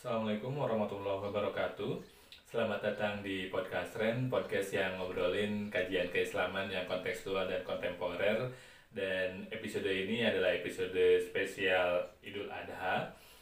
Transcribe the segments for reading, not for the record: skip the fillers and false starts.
Assalamualaikum warahmatullahi wabarakatuh. Selamat datang di Podcast Ren, podcast yang ngobrolin kajian keislaman yang kontekstual dan kontemporer. Dan episode ini adalah episode spesial Idul Adha.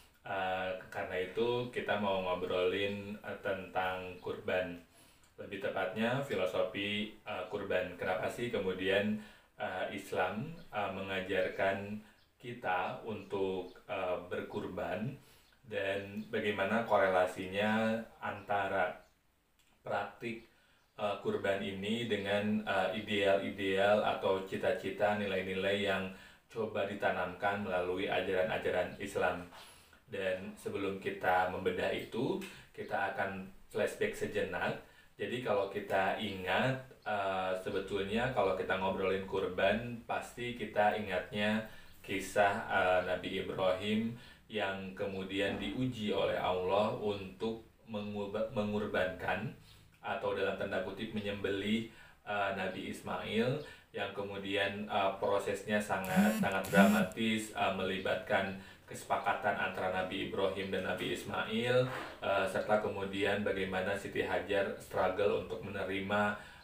Karena itu kita mau ngobrolin tentang kurban. Lebih tepatnya filosofi kurban. Kenapa sih kemudian Islam mengajarkan kita untuk berkurban, dan bagaimana korelasinya antara praktik kurban ini dengan ideal-ideal atau cita-cita, nilai-nilai yang coba ditanamkan melalui ajaran-ajaran Islam. Dan sebelum kita membedah itu, kita akan flashback sejenak. Jadi kalau kita ingat, sebetulnya kalau kita ngobrolin kurban, pasti kita ingatnya kisah Nabi Ibrahim yang kemudian diuji oleh Allah untuk mengurbankan atau dalam tanda kutip menyembelih Nabi Ismail, yang kemudian prosesnya sangat sangat dramatis, melibatkan kesepakatan antara Nabi Ibrahim dan Nabi Ismail, serta kemudian bagaimana Siti Hajar struggle untuk menerima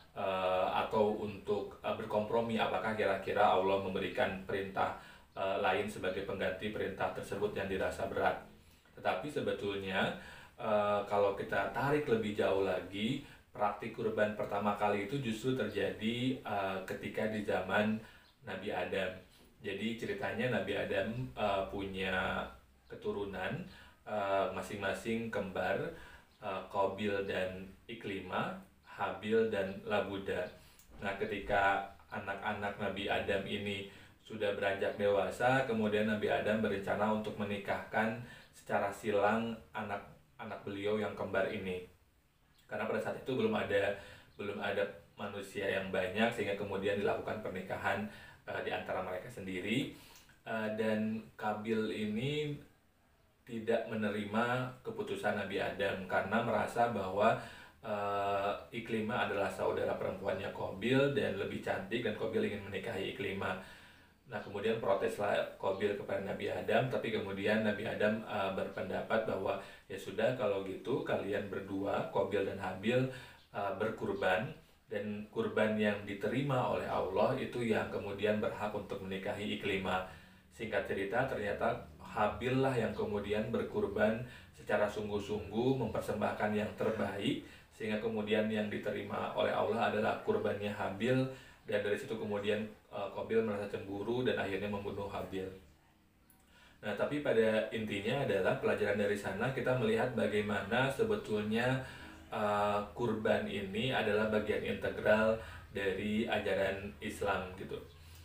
atau untuk berkompromi apakah kira-kira Allah memberikan perintah lain sebagai pengganti perintah tersebut yang dirasa berat. Tetapi sebetulnya kalau kita tarik lebih jauh lagi, praktik kurban pertama kali itu justru terjadi ketika di zaman Nabi Adam. Jadi ceritanya Nabi Adam punya keturunan masing-masing kembar, Qabil dan Iklimah, Habil dan Labuda. Nah, ketika anak-anak Nabi Adam ini sudah beranjak dewasa, kemudian Nabi Adam berencana untuk menikahkan secara silang anak beliau yang kembar ini. Karena pada saat itu belum ada manusia yang banyak, sehingga kemudian dilakukan pernikahan di antara mereka sendiri. Dan Qabil ini tidak menerima keputusan Nabi Adam karena merasa bahwa Iklimah adalah saudara perempuannya Qabil dan lebih cantik, dan Qabil ingin menikahi Iklimah. Nah, kemudian proteslah Qabil kepada Nabi Adam, tapi kemudian Nabi Adam berpendapat bahwa ya sudah, kalau gitu kalian berdua, Qabil dan Habil, berkurban, dan kurban yang diterima oleh Allah itu yang kemudian berhak untuk menikahi Iklimah. Singkat cerita, ternyata Habil lah yang kemudian berkurban secara sungguh-sungguh, mempersembahkan yang terbaik, sehingga kemudian yang diterima oleh Allah adalah kurbannya Habil. Dan dari situ kemudian Qabil merasa cemburu dan akhirnya membunuh Habil. Nah, tapi pada intinya adalah pelajaran dari sana kita melihat bagaimana sebetulnya kurban ini adalah bagian integral dari ajaran Islam gitu.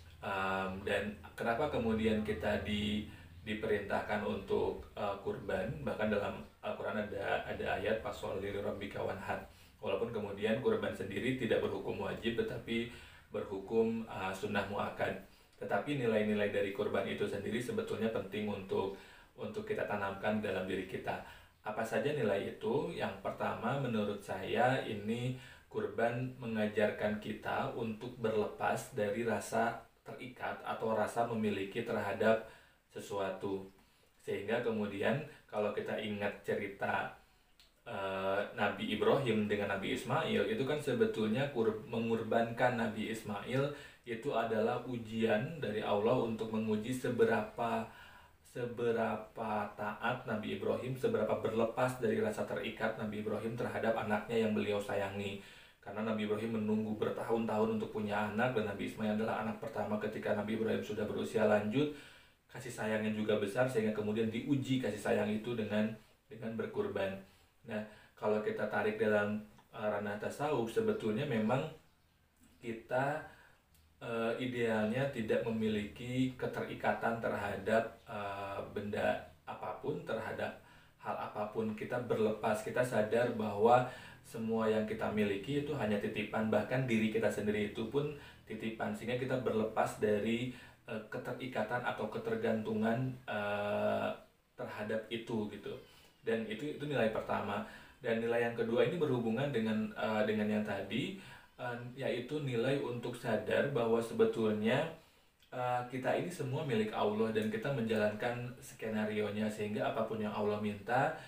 Dan kenapa kemudian kita diperintahkan untuk kurban, bahkan dalam Al-Quran ada ayat fasholli lirabbika wanhar. Walaupun kemudian kurban sendiri tidak berhukum wajib, tetapi berhukum sunnah muakkad. Tetapi nilai-nilai dari kurban itu sendiri sebetulnya penting untuk kita tanamkan dalam diri kita. Apa saja nilai itu? Yang pertama, menurut saya ini kurban mengajarkan kita untuk berlepas dari rasa terikat atau rasa memiliki terhadap sesuatu. Sehingga kemudian kalau kita ingat cerita Nabi Ibrahim dengan Nabi Ismail, itu kan sebetulnya mengorbankan Nabi Ismail itu adalah ujian dari Allah untuk menguji seberapa taat Nabi Ibrahim, seberapa berlepas dari rasa terikat Nabi Ibrahim terhadap anaknya yang beliau sayangi. Karena Nabi Ibrahim menunggu bertahun-tahun untuk punya anak, dan Nabi Ismail adalah anak pertama ketika Nabi Ibrahim sudah berusia lanjut. Kasih sayangnya juga besar, sehingga kemudian diuji kasih sayang itu dengan berkurban. Nah, kalau kita tarik dalam ranah tasawuf, sebetulnya memang kita idealnya tidak memiliki keterikatan terhadap benda apapun, terhadap hal apapun. Kita berlepas, kita sadar bahwa semua yang kita miliki itu hanya titipan, bahkan diri kita sendiri itu pun titipan, sehingga kita berlepas dari keterikatan atau ketergantungan terhadap itu gitu. Dan itu nilai pertama. Dan nilai yang kedua ini berhubungan dengan yang tadi, yaitu nilai untuk sadar bahwa sebetulnya kita ini semua milik Allah, dan kita menjalankan skenario-nya, sehingga apapun yang Allah minta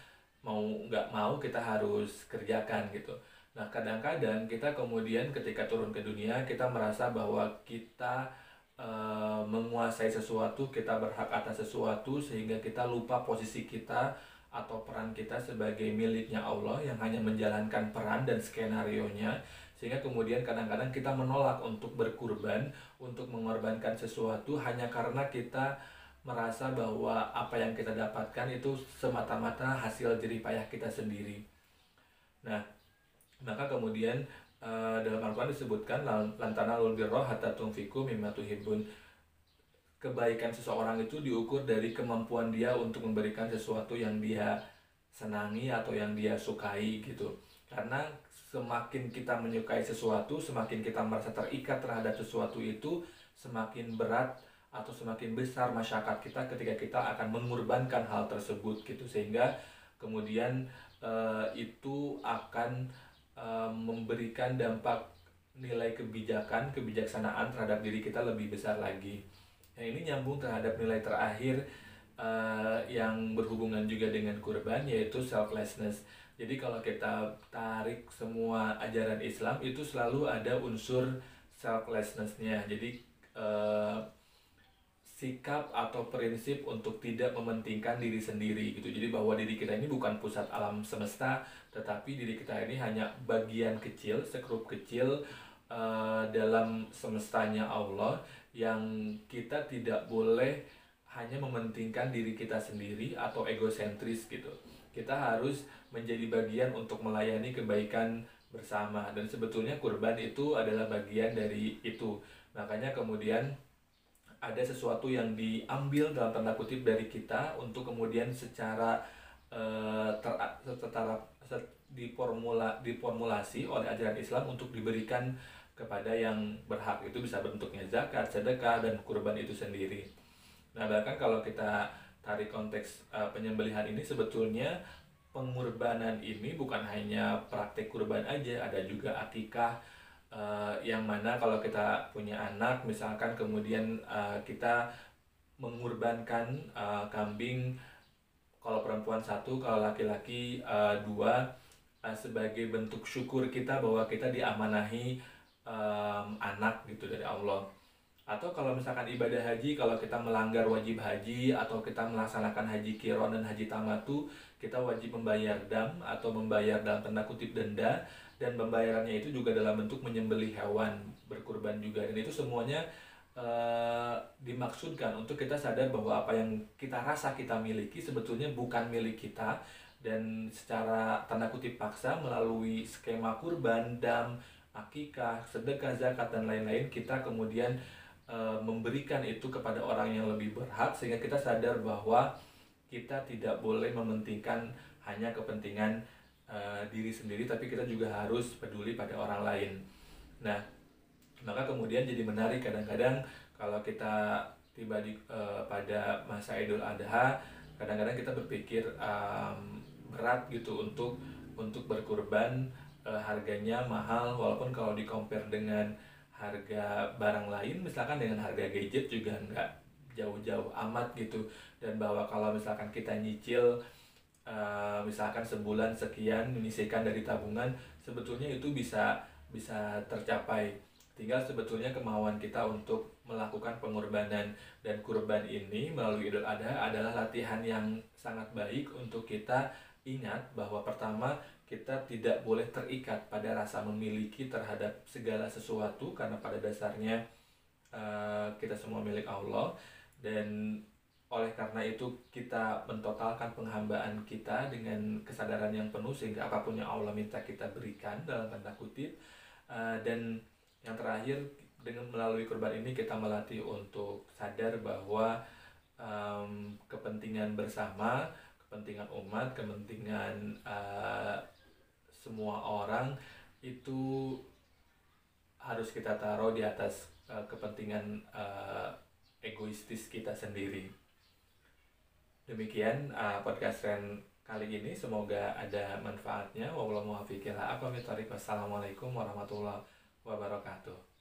mau nggak mau kita harus kerjakan gitu. Nah, kadang-kadang kita kemudian ketika turun ke dunia kita merasa bahwa kita menguasai sesuatu, kita berhak atas sesuatu, sehingga kita lupa posisi kita atau peran kita sebagai miliknya Allah yang hanya menjalankan peran dan skenarionya, sehingga kemudian kadang-kadang kita menolak untuk berkurban, untuk mengorbankan sesuatu hanya karena kita merasa bahwa apa yang kita dapatkan itu semata-mata hasil jerih payah kita sendiri. Nah, maka kemudian dalam Al-Quran disebutkan lantanalul birra hatta tunfiqu mimma tuhibbun. Kebaikan seseorang itu diukur dari kemampuan dia untuk memberikan sesuatu yang dia senangi atau yang dia sukai gitu. Karena semakin kita menyukai sesuatu, semakin kita merasa terikat terhadap sesuatu itu, semakin berat atau semakin besar masyarakat kita ketika kita akan mengorbankan hal tersebut gitu, sehingga kemudian itu akan memberikan dampak nilai kebijaksanaan terhadap diri kita lebih besar lagi. Nah, ini nyambung terhadap nilai terakhir yang berhubungan juga dengan kurban, yaitu selflessness. Jadi kalau kita tarik semua ajaran Islam itu selalu ada unsur selflessness-nya. Jadi sikap atau prinsip untuk tidak mementingkan diri sendiri gitu. Jadi bahwa diri kita ini bukan pusat alam semesta, tetapi diri kita ini hanya bagian kecil, sekrup kecil dalam semestanya Allah, yang kita tidak boleh hanya mementingkan diri kita sendiri atau egosentris gitu. Kita harus menjadi bagian untuk melayani kebaikan bersama, dan sebetulnya kurban itu adalah bagian dari itu. Makanya kemudian ada sesuatu yang diambil dalam tanda kutip dari kita untuk kemudian secara diformulasi oleh ajaran Islam untuk diberikan kepada yang berhak. Itu bisa bentuknya zakat, sedekah, dan kurban itu sendiri. Nah, bahkan kalau kita tarik konteks penyembelihan ini, sebetulnya pengorbanan ini bukan hanya praktek kurban aja, ada juga akikah, yang mana kalau kita punya anak misalkan kemudian kita mengorbankan kambing, kalau perempuan satu, kalau laki-laki dua, sebagai bentuk syukur kita bahwa kita diamanahi anak gitu dari Allah. Atau kalau misalkan ibadah haji, kalau kita melanggar wajib haji atau kita melaksanakan haji qiron dan haji tamatu, kita wajib membayar dam atau membayar dalam tanda kutip denda, dan pembayarannya itu juga dalam bentuk menyembelih hewan, berkurban juga. Dan itu semuanya dimaksudkan untuk kita sadar bahwa apa yang kita rasa kita miliki sebetulnya bukan milik kita, dan secara tanda kutip paksa melalui skema kurban, dam, akikah, sedekah, zakat, dan lain-lain, kita kemudian memberikan itu kepada orang yang lebih berhak, sehingga kita sadar bahwa kita tidak boleh mementingkan hanya kepentingan diri sendiri, tapi kita juga harus peduli pada orang lain. Nah, maka kemudian jadi menarik kadang-kadang kalau kita tiba di pada masa Idul Adha, kadang-kadang kita berpikir berat gitu untuk berkurban, harganya mahal, walaupun kalau di compare dengan harga barang lain, misalkan dengan harga gadget juga nggak jauh-jauh amat gitu. Dan bahwa kalau misalkan kita nyicil misalkan sebulan sekian menyisihkan dari tabungan, sebetulnya itu bisa tercapai. Tinggal sebetulnya kemauan kita untuk melakukan pengorbanan. Dan kurban ini melalui Idul Adha adalah latihan yang sangat baik untuk kita ingat bahwa pertama, kita tidak boleh terikat pada rasa memiliki terhadap segala sesuatu, karena pada dasarnya kita semua milik Allah. Dan oleh karena itu kita mentotalkan penghambaan kita dengan kesadaran yang penuh, sehingga apapun yang Allah minta kita berikan dalam tanda kutip. Dan yang terakhir, dengan melalui kurban ini kita melatih untuk sadar bahwa kepentingan bersama, kepentingan umat, kepentingan semua orang itu harus kita taruh di atas kepentingan egoistis kita sendiri. Demikian podcast Ren kali ini, semoga ada manfaatnya. Wassalamualaikum warahmatullahi wabarakatuh.